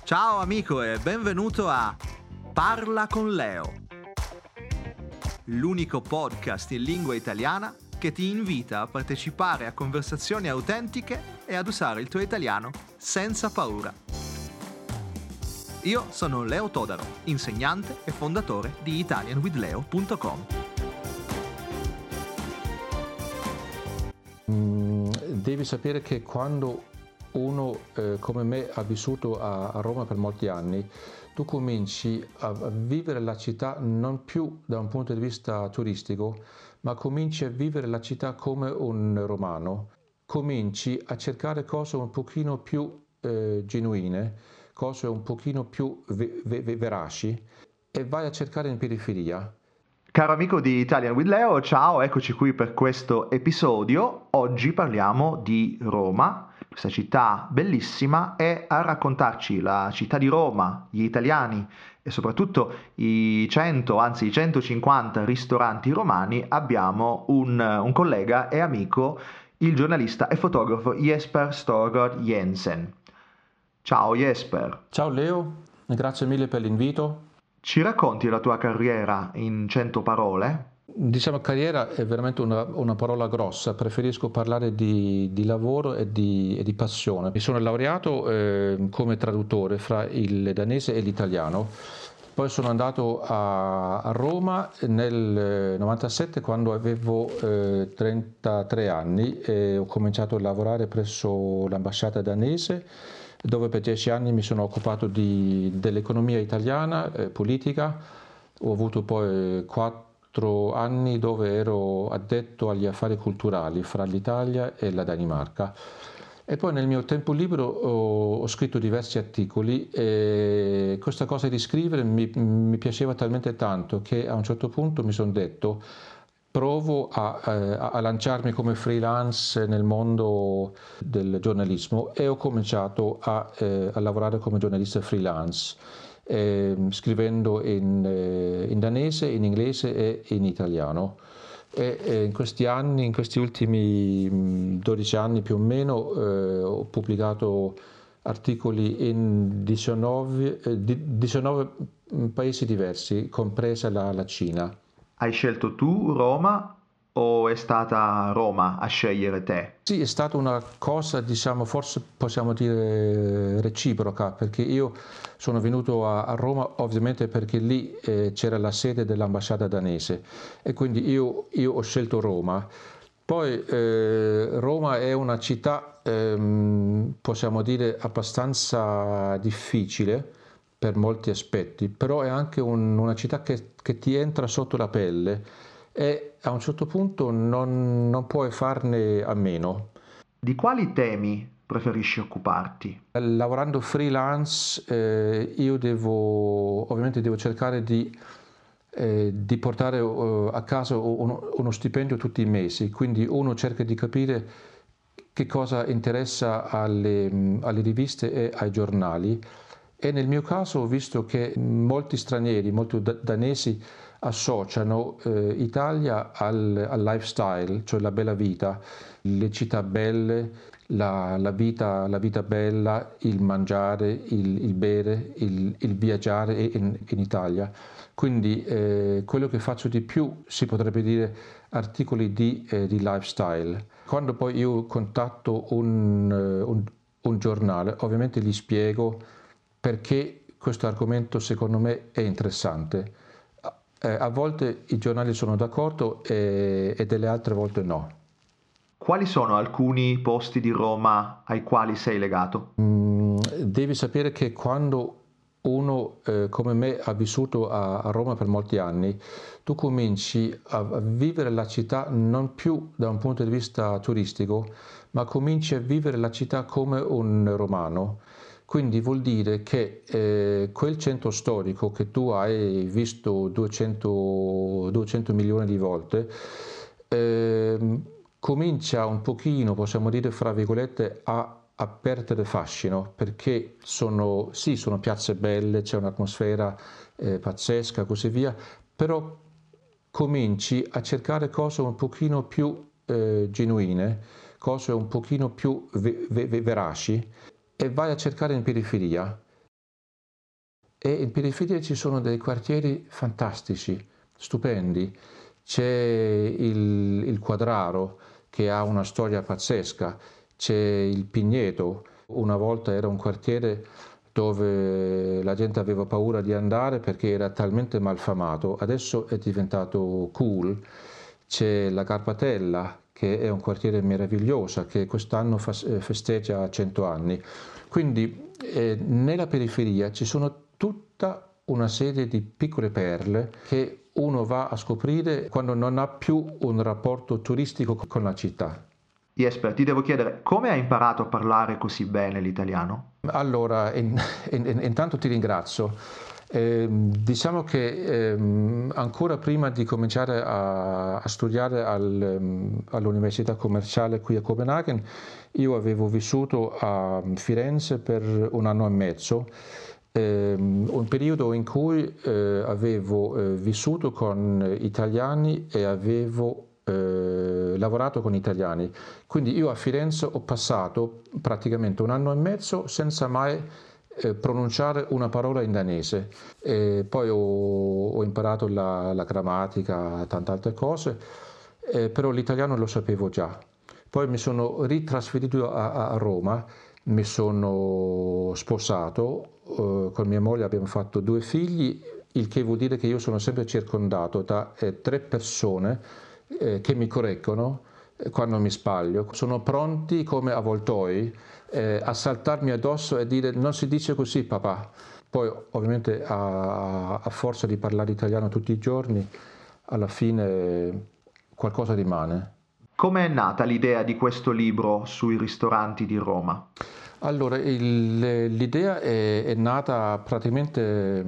Ciao amico e benvenuto a Parla con Leo, l'unico podcast in lingua italiana che ti invita a partecipare a conversazioni autentiche e ad usare il tuo italiano senza paura. Io sono Leo Todaro, insegnante e fondatore di italianwithleo.com. Devi sapere che quando uno come me ha vissuto a Roma per molti anni, tu cominci a vivere la città non più da un punto di vista turistico, ma cominci a vivere la città come un romano. Cominci a cercare cose un pochino più genuine, cose un pochino più veraci e vai a cercare in periferia. Caro amico di Italian with Leo, ciao, eccoci qui per questo episodio. Oggi parliamo di Roma, questa città bellissima, e a raccontarci la città di Roma, gli italiani e soprattutto i 100, anzi i 150 ristoranti romani abbiamo un collega e amico, il giornalista e fotografo Jesper Storgård Jensen. Ciao Jesper. Ciao Leo, grazie mille per l'invito. Ci racconti la tua carriera in 100 parole? Diciamo carriera è veramente una parola grossa, preferisco parlare di lavoro e di passione. Mi sono laureato come traduttore fra il danese e l'italiano, poi sono andato a Roma nel 97 quando avevo 33 anni e ho cominciato a lavorare presso l'ambasciata danese, dove per 10 anni mi sono occupato dell'economia italiana, politica. Ho avuto poi 4 anni dove ero addetto agli affari culturali fra l'Italia e la Danimarca. E poi nel mio tempo libero ho scritto diversi articoli e questa cosa di scrivere mi piaceva talmente tanto che a un certo punto mi sono detto provo a lanciarmi come freelance nel mondo del giornalismo e ho cominciato a lavorare come giornalista freelance, scrivendo in danese, in inglese e in italiano. E in questi anni, in questi ultimi 12 anni più o meno, ho pubblicato articoli in 19 paesi diversi, compresa la Cina. Hai scelto tu Roma o è stata Roma a scegliere te? Sì, è stata una cosa, diciamo, forse possiamo dire reciproca, perché io sono venuto a Roma ovviamente perché lì c'era la sede dell'ambasciata danese e quindi io ho scelto Roma. Poi Roma è una città, possiamo dire, abbastanza difficile per molti aspetti, però è anche una città che ti entra sotto la pelle e a un certo punto non puoi farne a meno. Di quali temi preferisci occuparti? Lavorando freelance io ovviamente devo cercare di portare a casa uno stipendio tutti i mesi, quindi uno cerca di capire che cosa interessa alle riviste e ai giornali. E nel mio caso ho visto che molti stranieri, molti danesi associano Italia al lifestyle, cioè la bella vita, le città belle, la vita bella, il mangiare, il bere, il viaggiare in Italia. Quindi quello che faccio di più si potrebbe dire articoli di lifestyle. Quando poi io contatto un giornale, ovviamente gli spiego perché questo argomento secondo me è interessante. A volte i giornali sono d'accordo e delle altre volte no. Quali sono alcuni posti di Roma ai quali sei legato? Devi sapere che quando uno come me ha vissuto a Roma per molti anni, tu cominci a vivere la città non più da un punto di vista turistico, ma cominci a vivere la città come un romano. Quindi vuol dire che quel centro storico che tu hai visto 200 milioni di volte comincia un pochino, possiamo dire fra virgolette, a perdere fascino, perché sono piazze belle, c'è un'atmosfera pazzesca, così via, però cominci a cercare cose un pochino più genuine, cose un pochino più veraci, e vai a cercare in periferia e in periferia ci sono dei quartieri fantastici, stupendi. C'è il Quadraro che ha una storia pazzesca, c'è il Pigneto, una volta era un quartiere dove la gente aveva paura di andare perché era talmente malfamato, adesso è diventato cool. C'è la Carpatella, che è un quartiere meraviglioso, che quest'anno festeggia 100 anni. Quindi nella periferia ci sono tutta una serie di piccole perle che uno va a scoprire quando non ha più un rapporto turistico con la città. Jesper, ti devo chiedere, come hai imparato a parlare così bene l'italiano? Allora, intanto ti ringrazio. Diciamo che ancora prima di cominciare a studiare all'Università Commerciale qui a Copenaghen, io avevo vissuto a Firenze per 1 anno e mezzo, un periodo in cui avevo vissuto con italiani e avevo lavorato con italiani. Quindi io a Firenze ho passato praticamente 1 anno e mezzo senza mai pronunciare una parola in danese. Poi ho imparato la grammatica, tante altre cose, però l'italiano lo sapevo già. Poi mi sono ritrasferito a Roma, mi sono sposato, con mia moglie abbiamo fatto 2 figli, il che vuol dire che io sono sempre circondato da 3 persone che mi correggono quando mi sbaglio, sono pronti come avvoltoi a saltarmi addosso e dire non si dice così papà. Poi ovviamente a forza di parlare italiano tutti i giorni, alla fine qualcosa rimane. Come è nata l'idea di questo libro sui ristoranti di Roma? Allora, l'idea è nata praticamente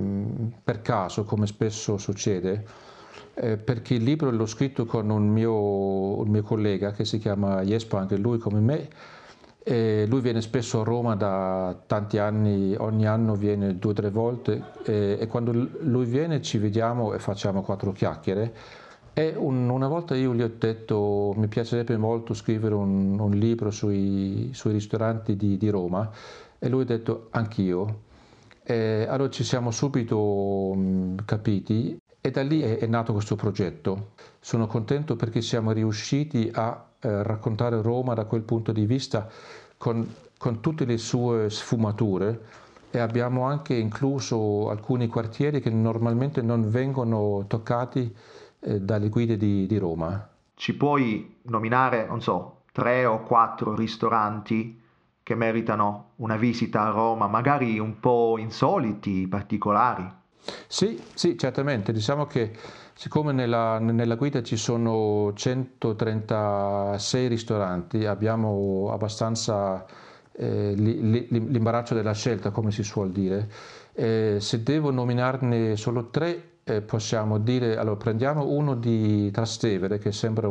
per caso, come spesso succede, perché il libro l'ho scritto con un mio collega che si chiama Jesper, anche lui come me, e lui viene spesso a Roma da tanti anni, ogni anno viene 2 o 3 volte e quando lui viene ci vediamo e facciamo 4 chiacchiere. E una volta io gli ho detto mi piacerebbe molto scrivere un libro sui ristoranti di Roma e lui ha detto anch'io. Allora ci siamo subito capiti e da lì è nato questo progetto. Sono contento perché siamo riusciti a raccontare Roma da quel punto di vista con tutte le sue sfumature e abbiamo anche incluso alcuni quartieri che normalmente non vengono toccati dalle guide di Roma. Ci puoi nominare, non so, 3 o 4 ristoranti che meritano una visita a Roma, magari un po' insoliti, particolari? Sì, sì, certamente. Diciamo che siccome nella guida ci sono 136 ristoranti, abbiamo abbastanza l'imbarazzo della scelta, come si suol dire. Se devo nominarne solo 3, possiamo dire, allora prendiamo uno di Trastevere, che sembra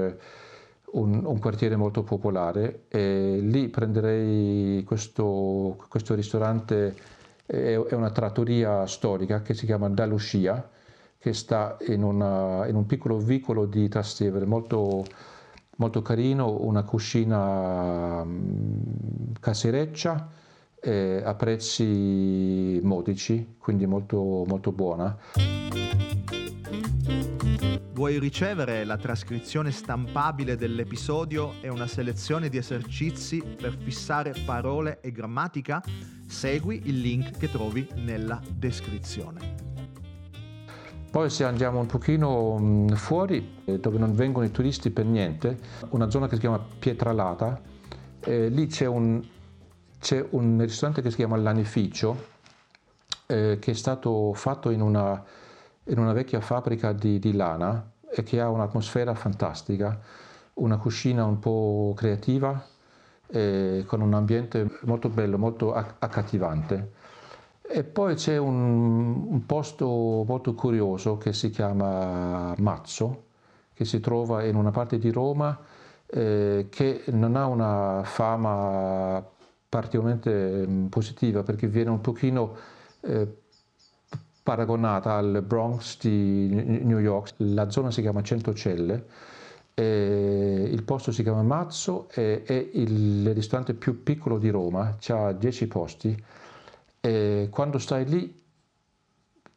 un quartiere molto popolare, e lì prenderei questo ristorante, è una trattoria storica che si chiama Da Lucia, che sta in un piccolo vicolo di Trastevere, molto, molto carino, una cucina casereccia, a prezzi modici, quindi molto, molto buona. Vuoi ricevere la trascrizione stampabile dell'episodio e una selezione di esercizi per fissare parole e grammatica? Segui il link che trovi nella descrizione. Poi se andiamo un pochino fuori, dove non vengono i turisti per niente, una zona che si chiama Pietralata, lì c'è un ristorante che si chiama L'Anificio, che è stato fatto in una vecchia fabbrica di lana e che ha un'atmosfera fantastica, una cucina un po' creativa, con un ambiente molto bello, molto accattivante. E poi c'è un posto molto curioso che si chiama Mazzo, che si trova in una parte di Roma che non ha una fama particolarmente positiva perché viene un pochino paragonata al Bronx di New York. La zona si chiama Centocelle, il posto si chiama Mazzo, è il ristorante più piccolo di Roma, ha 10 posti. E quando stai lì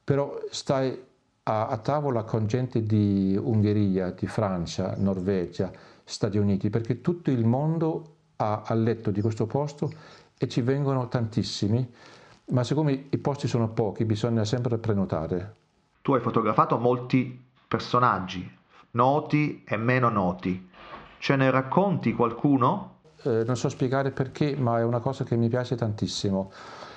però stai a tavola con gente di Ungheria, di Francia, Norvegia, Stati Uniti, perché tutto il mondo ha letto di questo posto e ci vengono tantissimi, ma siccome i posti sono pochi bisogna sempre prenotare. Tu hai fotografato molti personaggi, noti e meno noti. Ce ne racconti qualcuno? Non so spiegare perché, ma è una cosa che mi piace tantissimo.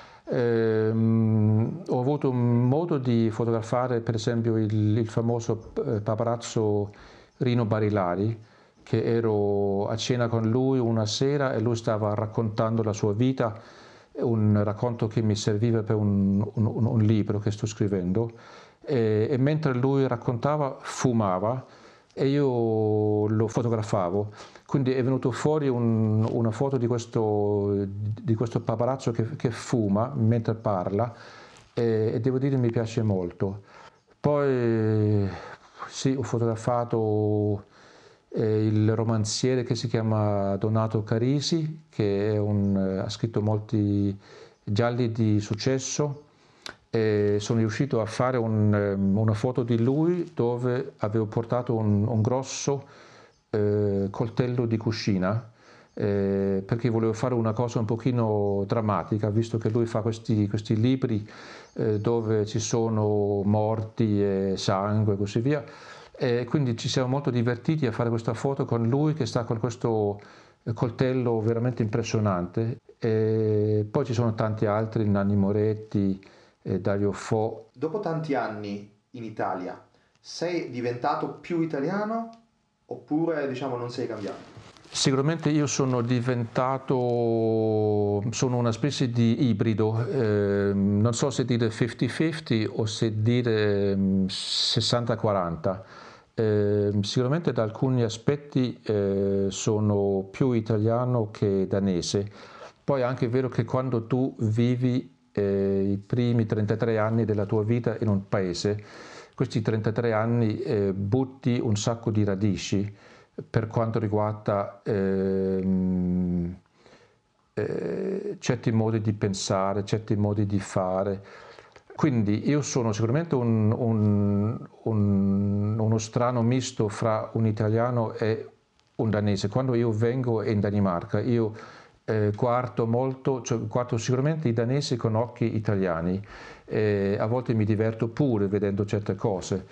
Ho avuto modo di fotografare per esempio il famoso paparazzo Rino Barilari, che ero a cena con lui una sera e lui stava raccontando la sua vita, un racconto che mi serviva per un libro che sto scrivendo, e mentre lui raccontava fumava e io lo fotografavo. Quindi è venuto fuori una foto di questo paparazzo che fuma mentre parla e devo dire mi piace molto. Poi sì, ho fotografato il romanziere che si chiama Donato Carisi, che ha scritto molti gialli di successo. E sono riuscito a fare una foto di lui dove avevo portato un grosso coltello di cucina, perché volevo fare una cosa un pochino drammatica, visto che lui fa questi libri dove ci sono morti e sangue e così via. E quindi ci siamo molto divertiti a fare questa foto con lui che sta con questo coltello veramente impressionante. E poi ci sono tanti altri, Nanni Moretti, Dario Fo. Dopo tanti anni in Italia, sei diventato più italiano oppure diciamo non sei cambiato? Sicuramente io sono una specie di ibrido, non so se dire 50-50 o se dire 60-40. Sicuramente da alcuni aspetti sono più italiano che danese. Poi è anche vero che quando tu vivi i primi 33 anni della tua vita in un paese, questi 33 anni butti un sacco di radici per quanto riguarda certi modi di pensare, certi modi di fare. Quindi io sono sicuramente uno strano misto fra un italiano e un danese. Quando io vengo in Danimarca, io guardo sicuramente i danesi con occhi italiani. A volte mi diverto pure vedendo certe cose.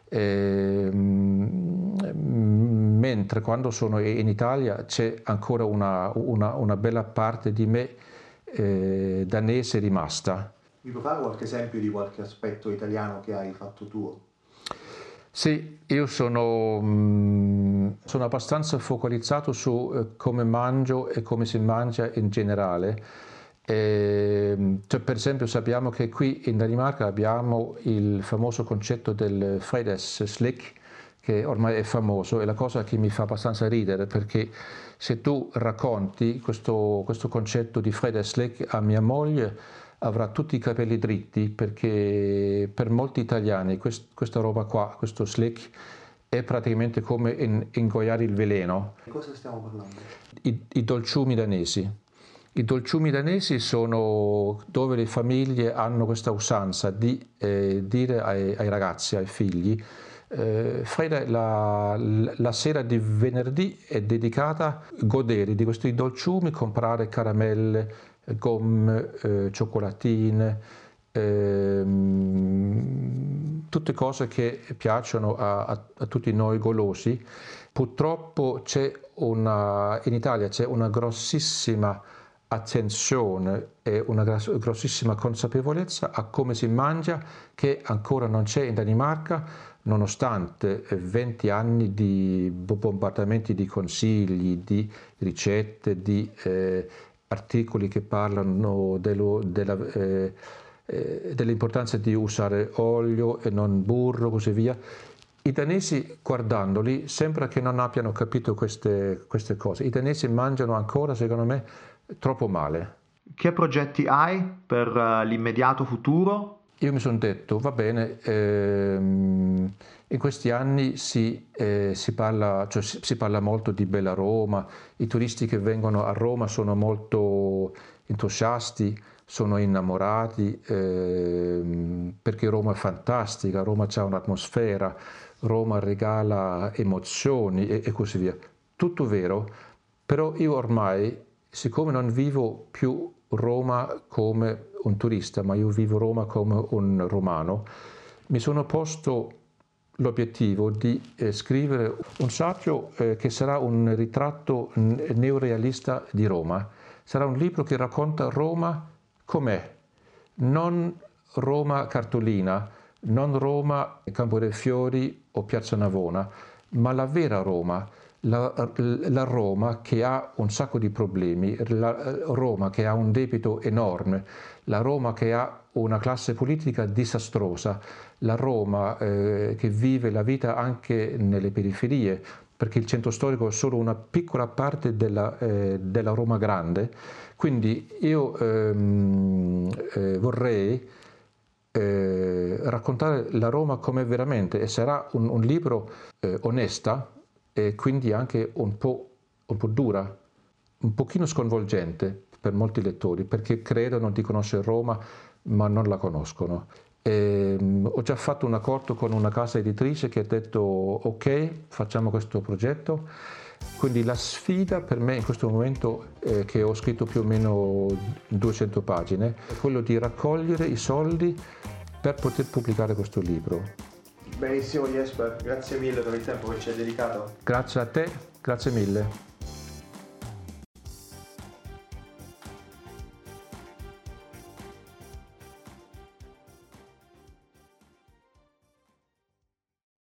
Mentre quando sono in Italia c'è ancora una bella parte di me danese rimasta. Mi puoi fare qualche esempio di qualche aspetto italiano che hai fatto tuo? Sì, io sono abbastanza focalizzato su come mangio e come si mangia in generale. Cioè, per esempio sappiamo che qui in Danimarca abbiamo il famoso concetto del fredagsslik, che ormai è famoso, è la cosa che mi fa abbastanza ridere, perché se tu racconti questo concetto di fredagsslik a mia moglie avrà tutti i capelli dritti, perché per molti italiani questa roba qua, questo slick, è praticamente come ingoiare il veleno. Di cosa stiamo parlando? I dolciumi danesi. I dolciumi danesi sono dove le famiglie hanno questa usanza di dire ai ragazzi, ai figli, Freda, la sera di venerdì è dedicata a godere di questi dolciumi, comprare caramelle, gomme, cioccolatine, tutte cose che piacciono a tutti noi golosi. Purtroppo in Italia c'è una grossissima attenzione e una grossissima consapevolezza a come si mangia che ancora non c'è in Danimarca, nonostante 20 anni di bombardamenti di consigli, di ricette, di articoli che parlano dell'importanza di usare olio e non burro, così via. I danesi, guardandoli, sembra che non abbiano capito queste cose. I danesi mangiano ancora, secondo me, troppo male. Che progetti hai per l'immediato futuro? io mi sono detto, va bene, in questi anni si parla molto di bella Roma, i turisti che vengono a Roma sono molto entusiasti, sono innamorati, perché Roma è fantastica, Roma ha un'atmosfera, Roma regala emozioni e così via. Tutto vero, però io ormai, siccome non vivo più Roma come un turista, ma io vivo Roma come un romano, mi sono posto l'obiettivo di scrivere un saggio che sarà un ritratto neorealista di Roma. Sarà un libro che racconta Roma com'è, non Roma cartolina, non Roma Campo dei Fiori o Piazza Navona, ma la vera Roma, la Roma che ha un sacco di problemi, la Roma che ha un debito enorme, la Roma che ha una classe politica disastrosa, la Roma che vive la vita anche nelle periferie, perché il centro storico è solo una piccola parte della Roma grande. Quindi io vorrei raccontare la Roma come veramente, e sarà un libro onesta e quindi anche un po' dura, un pochino sconvolgente per molti lettori, perché credono di conoscere Roma ma non la conoscono. Ho già fatto un accordo con una casa editrice che ha detto ok, facciamo questo progetto. Quindi la sfida per me in questo momento, che ho scritto più o meno 200 pagine, è quello di raccogliere i soldi per poter pubblicare questo libro. Benissimo Jesper, grazie mille per il tempo che ci hai dedicato. Grazie a te, grazie mille.